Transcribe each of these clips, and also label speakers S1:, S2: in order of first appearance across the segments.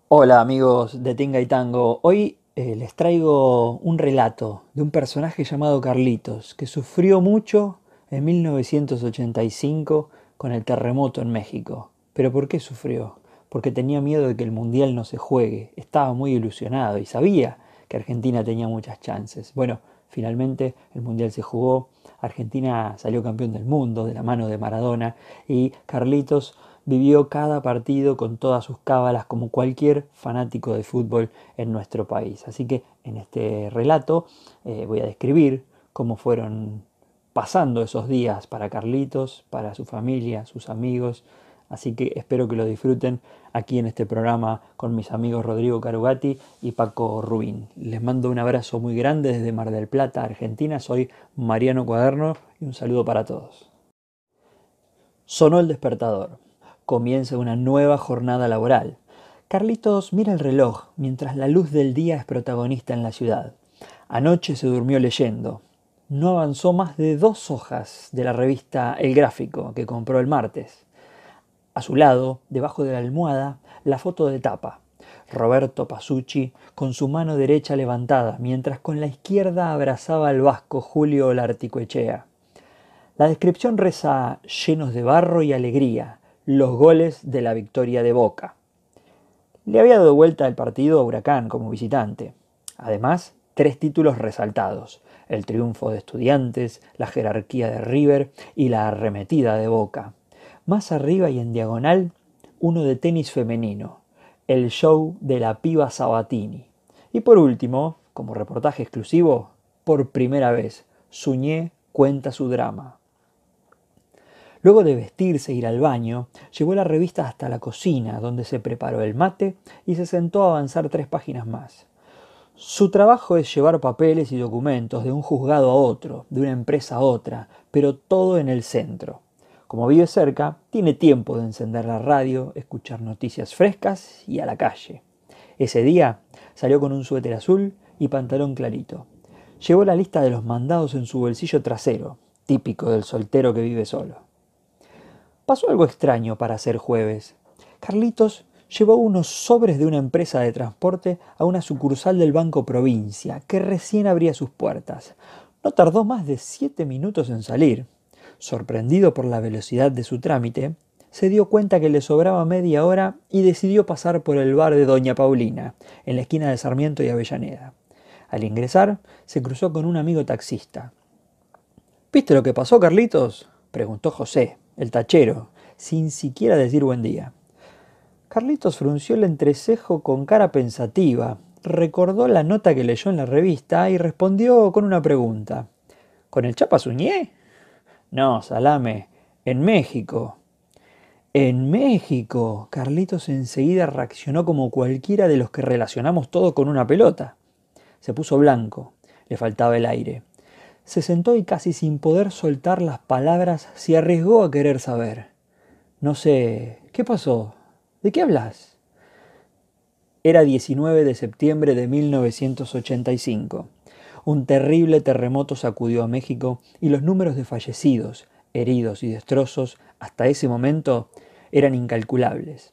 S1: Hola amigos de Tinga y Tango, hoy les traigo un relato de un personaje llamado Carlitos que sufrió mucho en 1985 con el terremoto en México. ¿Pero por qué sufrió? Porque tenía miedo de que el Mundial no se juegue, estaba muy ilusionado y sabía que Argentina tenía muchas chances. Bueno, finalmente el Mundial se jugó, Argentina salió campeón del mundo de la mano de Maradona y Carlitos vivió cada partido con todas sus cábalas como cualquier fanático de fútbol en nuestro país. Así que en este relato voy a describir cómo fueron pasando esos días para Carlitos, para su familia, sus amigos. Así que espero que lo disfruten aquí en este programa con mis amigos Rodrigo Carugati y Paco Rubín. Les mando un abrazo muy grande desde Mar del Plata, Argentina. Soy Mariano Cuaderno y un saludo para todos. Sonó el despertador. Comienza una nueva jornada laboral. Carlitos mira el reloj mientras la luz del día es protagonista en la ciudad. Anoche se durmió leyendo. No avanzó más de 2 hojas de la revista El Gráfico que compró el martes. A su lado, debajo de la almohada, la foto de tapa. Roberto Pasucci con su mano derecha levantada, mientras con la izquierda abrazaba al vasco Julio Larticoechea. La descripción reza llenos de barro y alegría, los goles de la victoria de Boca. Le había dado vuelta el partido a Huracán como visitante. Además, 3 títulos resaltados: el triunfo de Estudiantes, la jerarquía de River y la arremetida de Boca. Más arriba y en diagonal, uno de tenis femenino, el show de la piba Sabatini. Y por último, como reportaje exclusivo, por primera vez, Suñé cuenta su drama. Luego de vestirse e ir al baño, llevó la revista hasta la cocina, donde se preparó el mate y se sentó a avanzar 3 páginas más. Su trabajo es llevar papeles y documentos de un juzgado a otro, de una empresa a otra, pero todo en el centro. Como vive cerca, tiene tiempo de encender la radio, escuchar noticias frescas y a la calle. Ese día salió con un suéter azul y pantalón clarito. Llevó la lista de los mandados en su bolsillo trasero, típico del soltero que vive solo. Pasó algo extraño para ser jueves. Carlitos llevó unos sobres de una empresa de transporte a una sucursal del Banco Provincia, que recién abría sus puertas. No tardó más de 7 minutos en salir. Sorprendido por la velocidad de su trámite, se dio cuenta que le sobraba media hora y decidió pasar por el bar de Doña Paulina, en la esquina de Sarmiento y Avellaneda. Al ingresar, se cruzó con un amigo taxista. ¿Viste lo que pasó, Carlitos?, preguntó José, el tachero, sin siquiera decir buen día. Carlitos frunció el entrecejo con cara pensativa, recordó la nota que leyó en la revista y respondió con una pregunta. ¿Con el Chapa Suñé? No, salame, en México. En México. Carlitos enseguida reaccionó como cualquiera de los que relacionamos todo con una pelota. Se puso blanco, le faltaba el aire. Se sentó y casi sin poder soltar las palabras se arriesgó a querer saber. No sé, ¿qué pasó? ¿De qué hablas? Era 19 de septiembre de 1985. Un terrible terremoto sacudió a México y los números de fallecidos, heridos y destrozos hasta ese momento eran incalculables.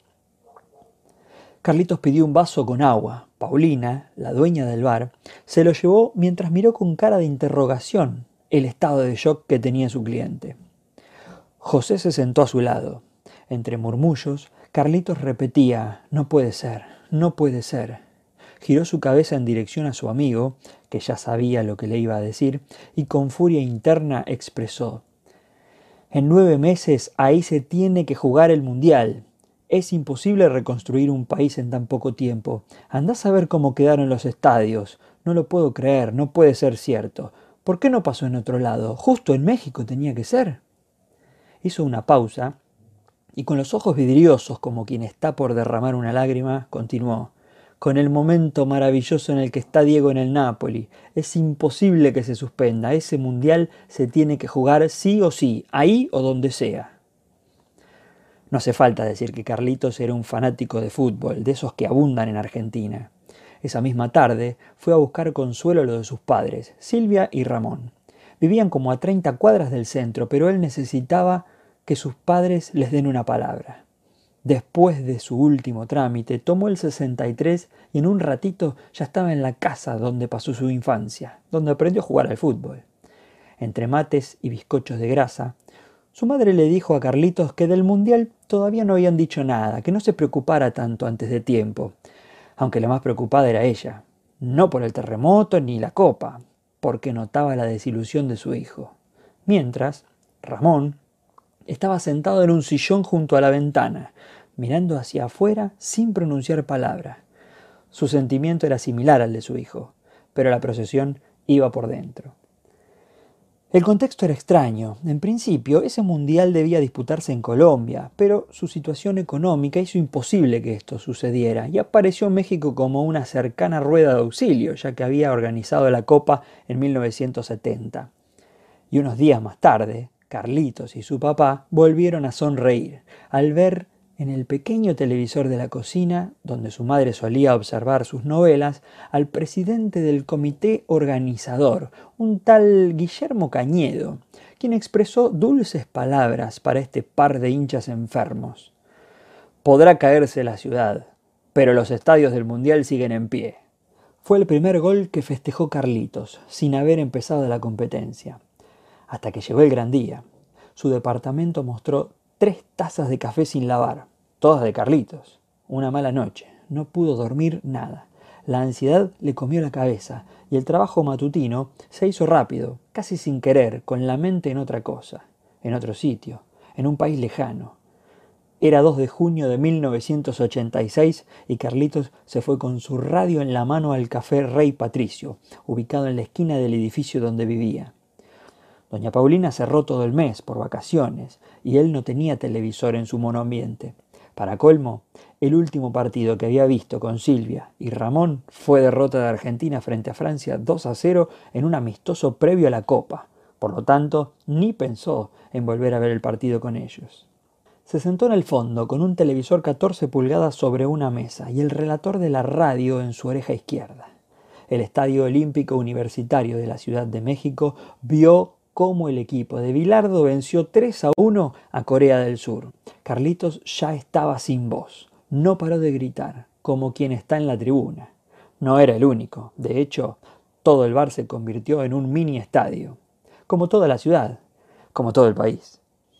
S1: Carlitos pidió un vaso con agua. Paulina, la dueña del bar, se lo llevó mientras miró con cara de interrogación el estado de shock que tenía su cliente. José se sentó a su lado. Entre murmullos, Carlitos repetía: no puede ser, no puede ser. Giró su cabeza en dirección a su amigo, que ya sabía lo que le iba a decir, y con furia interna expresó: en 9 meses ahí se tiene que jugar el Mundial. Es imposible reconstruir un país en tan poco tiempo. Andás a ver cómo quedaron los estadios. No lo puedo creer, no puede ser cierto. ¿Por qué no pasó en otro lado? Justo en México tenía que ser. Hizo una pausa y con los ojos vidriosos como quien está por derramar una lágrima, continuó: con el momento maravilloso en el que está Diego en el Napoli. Es imposible que se suspenda. Ese mundial se tiene que jugar sí o sí, ahí o donde sea. No hace falta decir que Carlitos era un fanático de fútbol, de esos que abundan en Argentina. Esa misma tarde fue a buscar consuelo a lo de sus padres, Silvia y Ramón. Vivían como a 30 cuadras del centro, pero él necesitaba que sus padres les den una palabra. Después de su último trámite, tomó el 63 y en un ratito ya estaba en la casa donde pasó su infancia, donde aprendió a jugar al fútbol. Entre mates y bizcochos de grasa, su madre le dijo a Carlitos que del mundial todavía no habían dicho nada, que no se preocupara tanto antes de tiempo, aunque la más preocupada era ella, no por el terremoto ni la copa, porque notaba la desilusión de su hijo. Mientras, Ramón estaba sentado en un sillón junto a la ventana, mirando hacia afuera sin pronunciar palabra. Su sentimiento era similar al de su hijo, pero la procesión iba por dentro. El contexto era extraño. En principio, ese mundial debía disputarse en Colombia, pero su situación económica hizo imposible que esto sucediera y apareció México como una cercana rueda de auxilio, ya que había organizado la Copa en 1970. Y unos días más tarde, Carlitos y su papá volvieron a sonreír al ver en el pequeño televisor de la cocina, donde su madre solía observar sus novelas, al presidente del comité organizador, un tal Guillermo Cañedo, quien expresó dulces palabras para este par de hinchas enfermos. Podrá caerse la ciudad, pero los estadios del Mundial siguen en pie. Fue el primer gol que festejó Carlitos, sin haber empezado la competencia. Hasta que llegó el gran día. Su departamento mostró 3 tazas de café sin lavar, todas de Carlitos. Una mala noche, no pudo dormir nada. La ansiedad le comió la cabeza y el trabajo matutino se hizo rápido, casi sin querer, con la mente en otra cosa, en otro sitio, en un país lejano. Era 2 de junio de 1986 y Carlitos se fue con su radio en la mano al café Rey Patricio, ubicado en la esquina del edificio donde vivía. Doña Paulina cerró todo el mes por vacaciones y él no tenía televisor en su monoambiente. Para colmo, el último partido que había visto con Silvia y Ramón fue derrota de Argentina frente a Francia 2-0 en un amistoso previo a la Copa. Por lo tanto, ni pensó en volver a ver el partido con ellos. Se sentó en el fondo con un televisor 14 pulgadas sobre una mesa y el relator de la radio en su oreja izquierda. El Estadio Olímpico Universitario de la Ciudad de México vio cómo el equipo de Bilardo venció 3-1 a Corea del Sur. Carlitos ya estaba sin voz. No paró de gritar, como quien está en la tribuna. No era el único. De hecho, todo el bar se convirtió en un mini estadio. Como toda la ciudad, como todo el país.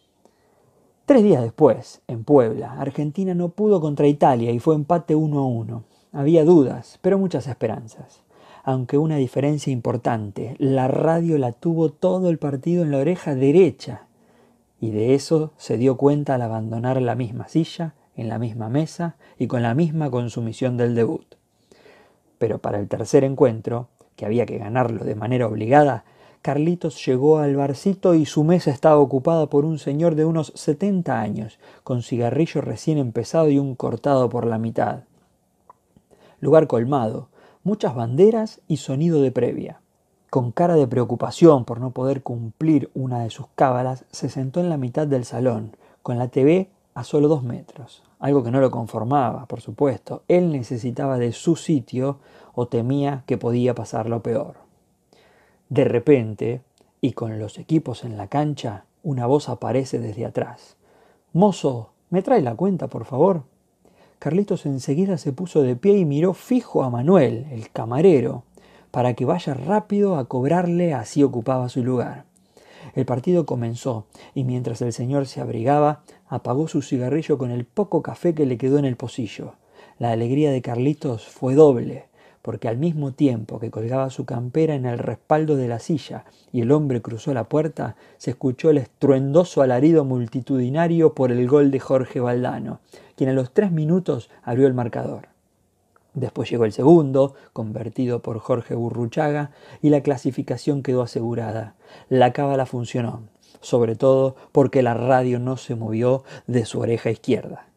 S1: 3 días después, en Puebla, Argentina no pudo contra Italia y fue empate 1-1. Había dudas, pero muchas esperanzas. Aunque una diferencia importante, la radio la tuvo todo el partido en la oreja derecha. Y de eso se dio cuenta al abandonar la misma silla, en la misma mesa y con la misma consumición del debut. Pero para el tercer encuentro, que había que ganarlo de manera obligada, Carlitos llegó al barcito y su mesa estaba ocupada por un señor de unos 70 años, con cigarrillo recién empezado y un cortado por la mitad. Lugar colmado, muchas banderas y sonido de previa. Con cara de preocupación por no poder cumplir una de sus cábalas, se sentó en la mitad del salón, con la TV a solo 2 metros. Algo que no lo conformaba, por supuesto. Él necesitaba de su sitio o temía que podía pasar lo peor. De repente, y con los equipos en la cancha, una voz aparece desde atrás. «Mozo, ¿me trae la cuenta, por favor?» Carlitos enseguida se puso de pie y miró fijo a Manuel, el camarero, para que vaya rápido a cobrarle, así ocupaba su lugar. El partido comenzó, y mientras el señor se abrigaba, apagó su cigarrillo con el poco café que le quedó en el pocillo. La alegría de Carlitos fue doble, porque al mismo tiempo que colgaba su campera en el respaldo de la silla y el hombre cruzó la puerta, se escuchó el estruendoso alarido multitudinario por el gol de Jorge Valdano, quien a los 3 minutos abrió el marcador. Después llegó el segundo, convertido por Jorge Burruchaga, y la clasificación quedó asegurada. La cábala funcionó, sobre todo porque la radio no se movió de su oreja izquierda.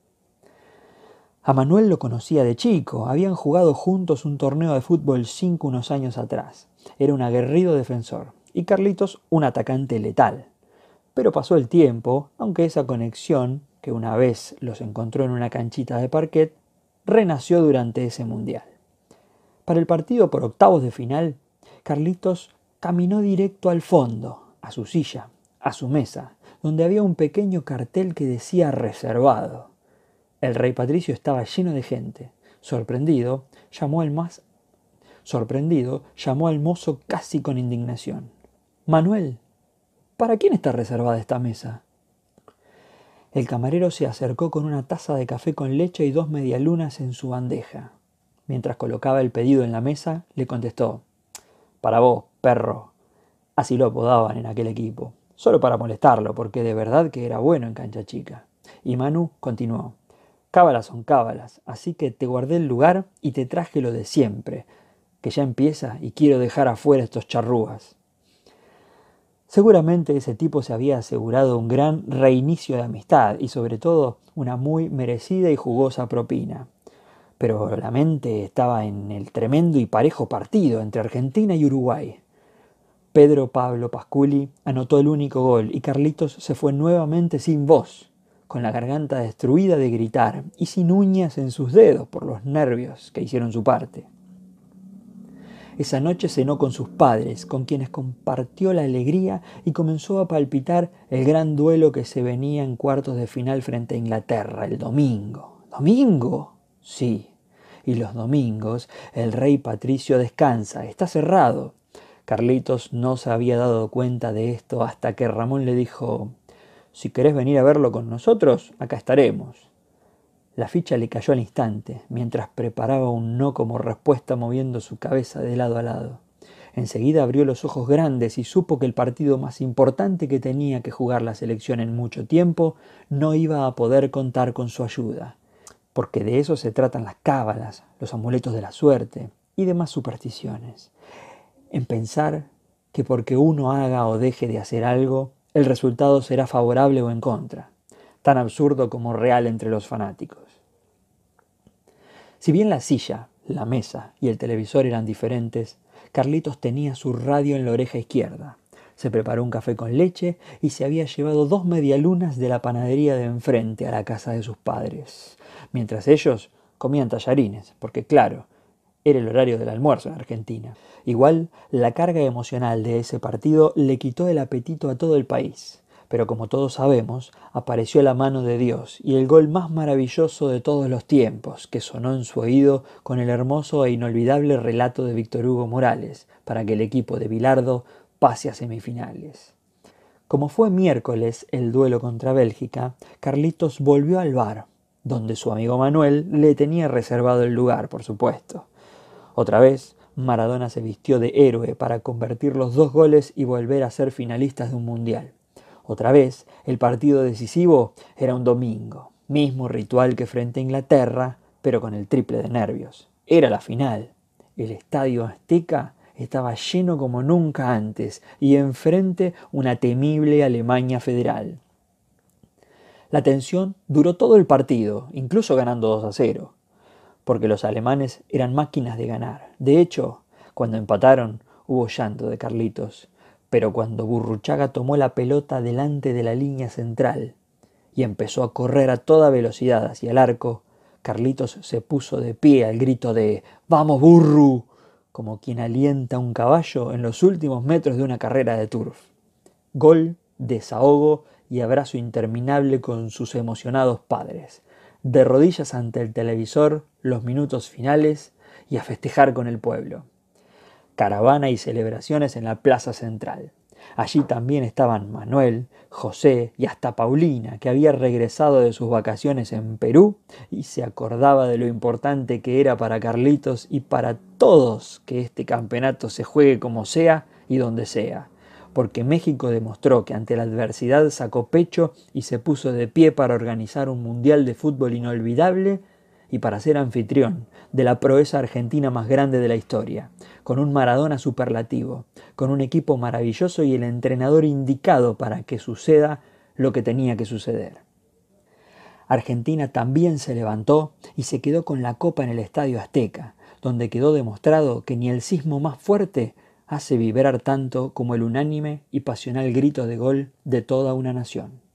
S1: A Manuel lo conocía de chico, habían jugado juntos un torneo de fútbol 5 unos años atrás. Era un aguerrido defensor, y Carlitos un atacante letal. Pero pasó el tiempo, aunque esa conexión, que una vez los encontró en una canchita de parquet, renació durante ese mundial. Para el partido por octavos de final, Carlitos caminó directo al fondo, a su silla, a su mesa, donde había un pequeño cartel que decía reservado. El rey Patricio estaba lleno de gente. Sorprendido, llamó al mozo casi con indignación. «Manuel, ¿para quién está reservada esta mesa?» El camarero se acercó con una taza de café con leche y 2 medialunas en su bandeja. Mientras colocaba el pedido en la mesa, le contestó: «Para vos, perro». Así lo apodaban en aquel equipo. Solo para molestarlo, porque de verdad que era bueno en cancha chica. Y Manu continuó: «Cábalas son cábalas, así que te guardé el lugar y te traje lo de siempre, que ya empieza y quiero dejar afuera estos charrúas». Seguramente ese tipo se había asegurado un gran reinicio de amistad y sobre todo una muy merecida y jugosa propina. Pero la mente estaba en el tremendo y parejo partido entre Argentina y Uruguay. Pedro Pablo Pasculi anotó el único gol y Carlitos se fue nuevamente sin voz, con la garganta destruida de gritar y sin uñas en sus dedos por los nervios que hicieron su parte. Esa noche cenó con sus padres, con quienes compartió la alegría y comenzó a palpitar el gran duelo que se venía en cuartos de final frente a Inglaterra el domingo. ¿Domingo? Sí. Y los domingos el rey Patricio descansa, está cerrado. Carlitos no se había dado cuenta de esto hasta que Ramón le dijo: «Si querés venir a verlo con nosotros, acá estaremos». La ficha le cayó al instante, mientras preparaba un no como respuesta moviendo su cabeza de lado a lado. Enseguida abrió los ojos grandes y supo que el partido más importante que tenía que jugar la selección en mucho tiempo no iba a poder contar con su ayuda. Porque de eso se tratan las cábalas, los amuletos de la suerte y demás supersticiones. En pensar que porque uno haga o deje de hacer algo, el resultado será favorable o en contra, tan absurdo como real entre los fanáticos. Si bien la silla, la mesa y el televisor eran diferentes, Carlitos tenía su radio en la oreja izquierda. Se preparó un café con leche y se había llevado 2 medialunas de la panadería de enfrente a la casa de sus padres, mientras ellos comían tallarines, porque claro, era el horario del almuerzo en Argentina. Igual, la carga emocional de ese partido le quitó el apetito a todo el país. Pero como todos sabemos, apareció la mano de Dios y el gol más maravilloso de todos los tiempos, que sonó en su oído con el hermoso e inolvidable relato de Víctor Hugo Morales, para que el equipo de Bilardo pase a semifinales. Como fue miércoles el duelo contra Bélgica, Carlitos volvió al bar, donde su amigo Manuel le tenía reservado el lugar, por supuesto. Otra vez, Maradona se vistió de héroe para convertir los 2 goles y volver a ser finalistas de un mundial. Otra vez, el partido decisivo era un domingo, mismo ritual que frente a Inglaterra, pero con el triple de nervios. Era la final. El estadio Azteca estaba lleno como nunca antes y enfrente una temible Alemania federal. La tensión duró todo el partido, incluso ganando 2-0, porque los alemanes eran máquinas de ganar. De hecho, cuando empataron, hubo llanto de Carlitos, pero cuando Burruchaga tomó la pelota delante de la línea central y empezó a correr a toda velocidad hacia el arco, Carlitos se puso de pie al grito de «¡Vamos, Burru!», como quien alienta a un caballo en los últimos metros de una carrera de turf. Gol, desahogo y abrazo interminable con sus emocionados padres. De rodillas ante el televisor, los minutos finales y a festejar con el pueblo. Caravana y celebraciones en la plaza central. Allí también estaban Manuel, José y hasta Paulina, que había regresado de sus vacaciones en Perú y se acordaba de lo importante que era para Carlitos y para todos que este campeonato se juegue como sea y donde sea, porque México demostró que ante la adversidad sacó pecho y se puso de pie para organizar un mundial de fútbol inolvidable y para ser anfitrión de la proeza argentina más grande de la historia, con un Maradona superlativo, con un equipo maravilloso y el entrenador indicado para que suceda lo que tenía que suceder. Argentina también se levantó y se quedó con la copa en el Estadio Azteca, donde quedó demostrado que ni el sismo más fuerte hace vibrar tanto como el unánime y pasional grito de gol de toda una nación.